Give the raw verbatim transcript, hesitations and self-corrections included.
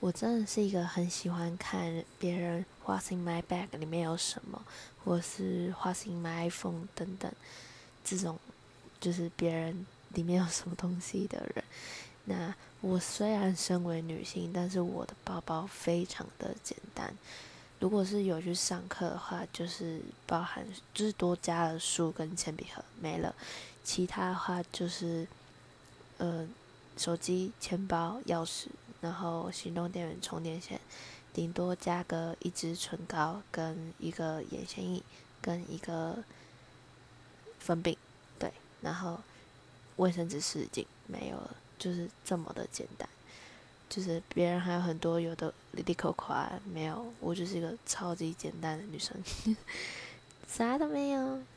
我真的是一个很喜欢看别人 What's in my bag 里面有什么，或是 What's in my iPhone 等等这种，就是别人里面有什么东西的人。那我虽然身为女性，但是我的包包非常的简单。如果是有去上课的话，就是包含就是多加了书跟铅笔盒没了，其他的话就是呃手机、钱包、钥匙，然后行动电源、充电线，顶多加个一支唇膏跟一个眼线液跟一个粉饼，对，然后卫生纸、湿巾没有了，就是这么的简单。就是别人还有很多有的里里口口啊，没有，我就是一个超级简单的女生，啥都没有。